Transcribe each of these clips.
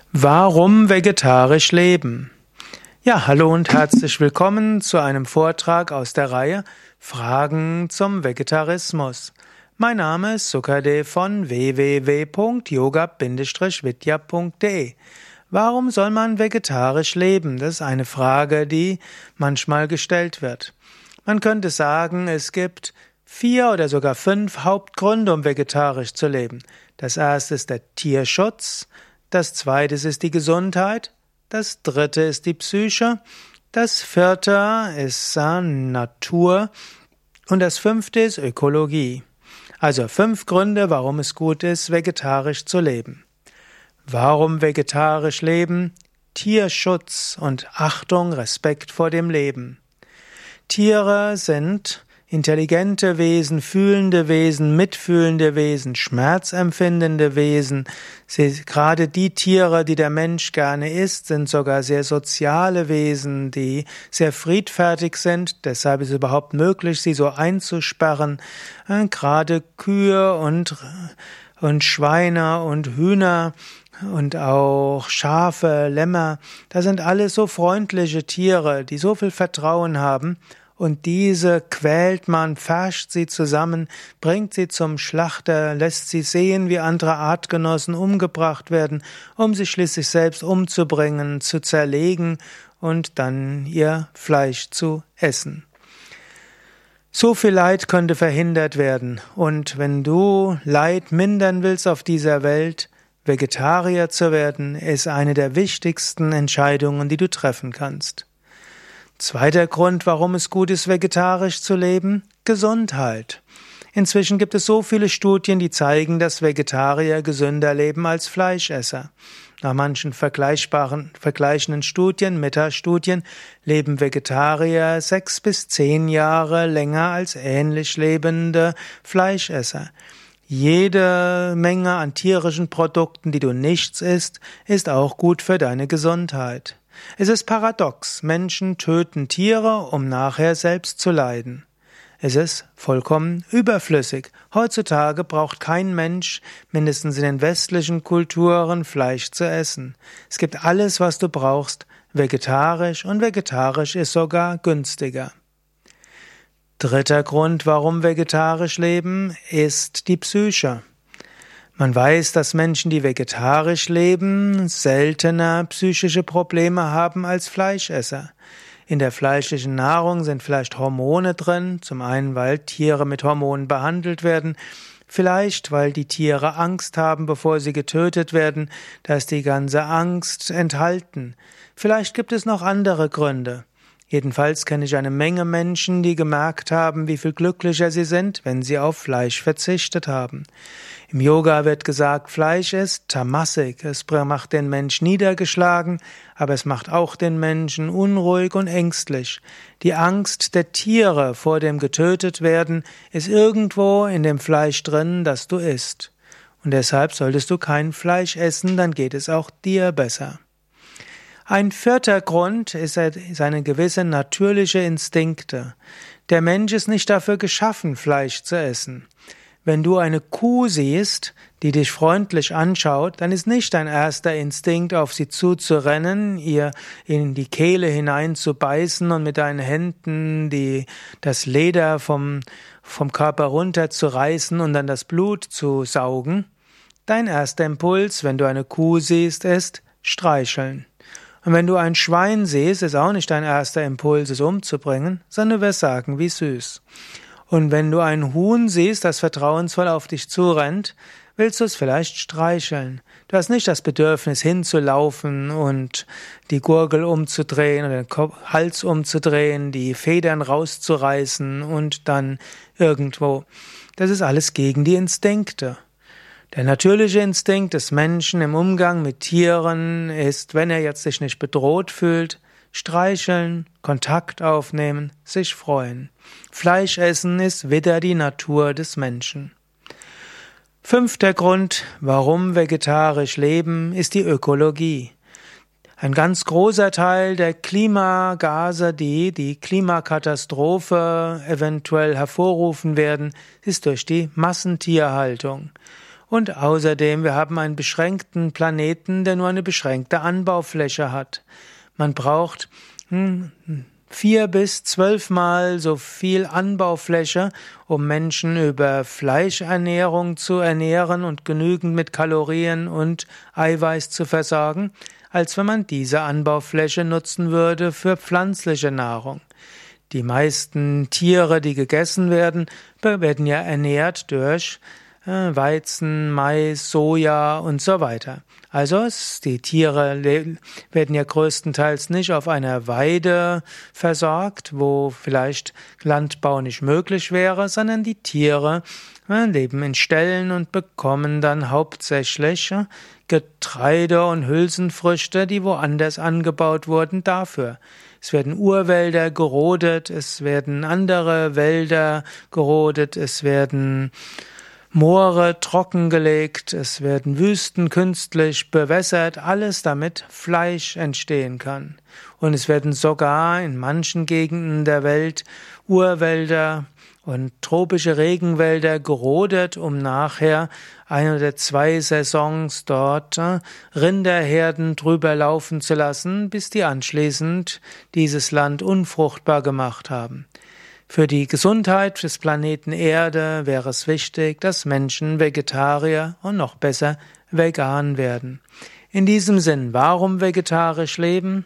Warum vegetarisch leben? Ja, hallo und herzlich willkommen zu einem Vortrag aus der Reihe Fragen zum Vegetarismus. Mein Name ist Sukadev von www.yoga-vidya.de. Warum soll man vegetarisch leben? Das ist eine Frage, die manchmal gestellt wird. Man könnte sagen, es gibt 4 oder sogar 5 Hauptgründe, um vegetarisch zu leben. Das erste ist der Tierschutz. Das zweite ist die Gesundheit, das dritte ist die Psyche, das vierte ist Natur und das fünfte ist Ökologie. Also 5 Gründe, warum es gut ist, vegetarisch zu leben. Warum vegetarisch leben? Tierschutz und Achtung, Respekt vor dem Leben. Tiere sind intelligente Wesen, fühlende Wesen, mitfühlende Wesen, schmerzempfindende Wesen. Gerade die Tiere, die der Mensch gerne isst, sind sogar sehr soziale Wesen, die sehr friedfertig sind. Deshalb ist es überhaupt möglich, sie so einzusperren. Gerade Kühe und Schweine und Hühner und auch Schafe, Lämmer, das sind alles so freundliche Tiere, die so viel Vertrauen haben. Und diese quält man, pfercht sie zusammen, bringt sie zum Schlachter, lässt sie sehen, wie andere Artgenossen umgebracht werden, um sich schließlich selbst umzubringen, zu zerlegen und dann ihr Fleisch zu essen. So viel Leid könnte verhindert werden. Und wenn du Leid mindern willst auf dieser Welt, Vegetarier zu werden, ist eine der wichtigsten Entscheidungen, die du treffen kannst. Zweiter Grund, warum es gut ist, vegetarisch zu leben: Gesundheit. Inzwischen gibt es so viele Studien, die zeigen, dass Vegetarier gesünder leben als Fleischesser. Nach manchen vergleichenden Studien, Metastudien, leben Vegetarier 6 bis 10 Jahre länger als ähnlich lebende Fleischesser. Jede Menge an tierischen Produkten, die du nicht isst, ist auch gut für deine Gesundheit. Es ist paradox. Menschen töten Tiere, um nachher selbst zu leiden. Es ist vollkommen überflüssig. Heutzutage braucht kein Mensch, mindestens in den westlichen Kulturen, Fleisch zu essen. Es gibt alles, was du brauchst, vegetarisch, und vegetarisch ist sogar günstiger. Dritter Grund, warum vegetarisch leben, ist die Psyche. Man weiß, dass Menschen, die vegetarisch leben, seltener psychische Probleme haben als Fleischesser. In der fleischlichen Nahrung sind vielleicht Hormone drin, zum einen, weil Tiere mit Hormonen behandelt werden, vielleicht, weil die Tiere Angst haben, bevor sie getötet werden, da ist die ganze Angst enthalten. Vielleicht gibt es noch andere Gründe. Jedenfalls kenne ich eine Menge Menschen, die gemerkt haben, wie viel glücklicher sie sind, wenn sie auf Fleisch verzichtet haben. Im Yoga wird gesagt, Fleisch ist tamasik, es macht den Mensch niedergeschlagen, aber es macht auch den Menschen unruhig und ängstlich. Die Angst der Tiere vor dem Getötetwerden ist irgendwo in dem Fleisch drin, das du isst. Und deshalb solltest du kein Fleisch essen, dann geht es auch dir besser. Ein vierter Grund ist seine gewisse natürliche Instinkte. Der Mensch ist nicht dafür geschaffen, Fleisch zu essen. Wenn du eine Kuh siehst, die dich freundlich anschaut, dann ist nicht dein erster Instinkt, auf sie zuzurennen, ihr in die Kehle hineinzubeißen und mit deinen Händen das Leder vom Körper runterzureißen und dann das Blut zu saugen. Dein erster Impuls, wenn du eine Kuh siehst, ist streicheln. Und wenn du ein Schwein siehst, ist auch nicht dein erster Impuls, es umzubringen, sondern du wirst sagen, wie süß. Und wenn du ein Huhn siehst, das vertrauensvoll auf dich zurennt, willst du es vielleicht streicheln. Du hast nicht das Bedürfnis, hinzulaufen und die Gurgel umzudrehen oder den Hals umzudrehen, die Federn rauszureißen und dann irgendwo. Das ist alles gegen die Instinkte. Der natürliche Instinkt des Menschen im Umgang mit Tieren ist, wenn er jetzt sich nicht bedroht fühlt, streicheln, Kontakt aufnehmen, sich freuen. Fleisch essen ist wieder die Natur des Menschen. 5. Grund, warum vegetarisch leben, ist die Ökologie. Ein ganz großer Teil der Klimagase, die die Klimakatastrophe eventuell hervorrufen werden, ist durch die Massentierhaltung. Und außerdem, wir haben einen beschränkten Planeten, der nur eine beschränkte Anbaufläche hat. Man braucht 4 bis 12 Mal so viel Anbaufläche, um Menschen über Fleischernährung zu ernähren und genügend mit Kalorien und Eiweiß zu versorgen, als wenn man diese Anbaufläche nutzen würde für pflanzliche Nahrung. Die meisten Tiere, die gegessen werden, werden ja ernährt durch Weizen, Mais, Soja und so weiter. Also die Tiere werden ja größtenteils nicht auf einer Weide versorgt, wo vielleicht Landbau nicht möglich wäre, sondern die Tiere leben in Ställen und bekommen dann hauptsächlich Getreide und Hülsenfrüchte, die woanders angebaut wurden, dafür. Es werden Urwälder gerodet, es werden andere Wälder gerodet, es werden Moore trockengelegt, es werden Wüsten künstlich bewässert, alles damit Fleisch entstehen kann. Und es werden sogar in manchen Gegenden der Welt Urwälder und tropische Regenwälder gerodet, um nachher 1 oder 2 Saisons dort Rinderherden drüber laufen zu lassen, bis die anschließend dieses Land unfruchtbar gemacht haben. Für die Gesundheit des Planeten Erde wäre es wichtig, dass Menschen Vegetarier und noch besser vegan werden. In diesem Sinn, warum vegetarisch leben?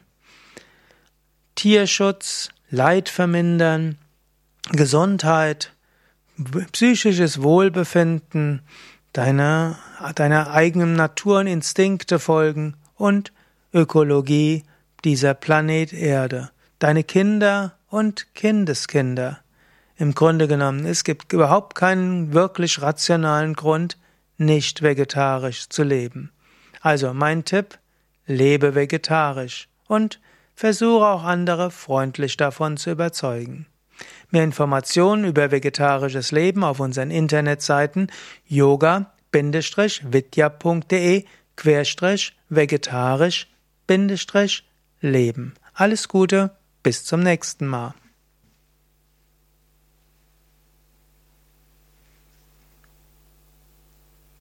Tierschutz, Leid vermindern, Gesundheit, psychisches Wohlbefinden, deiner eigenen Natur und Instinkte folgen und Ökologie, dieser Planet Erde, deine Kinder und Kindeskinder. Im Grunde genommen, es gibt überhaupt keinen wirklich rationalen Grund, nicht vegetarisch zu leben. Also mein Tipp, lebe vegetarisch und versuche auch andere freundlich davon zu überzeugen. Mehr Informationen über vegetarisches Leben auf unseren Internetseiten yoga-vidya.de/vegetarisch-leben. Alles Gute, bis zum nächsten Mal.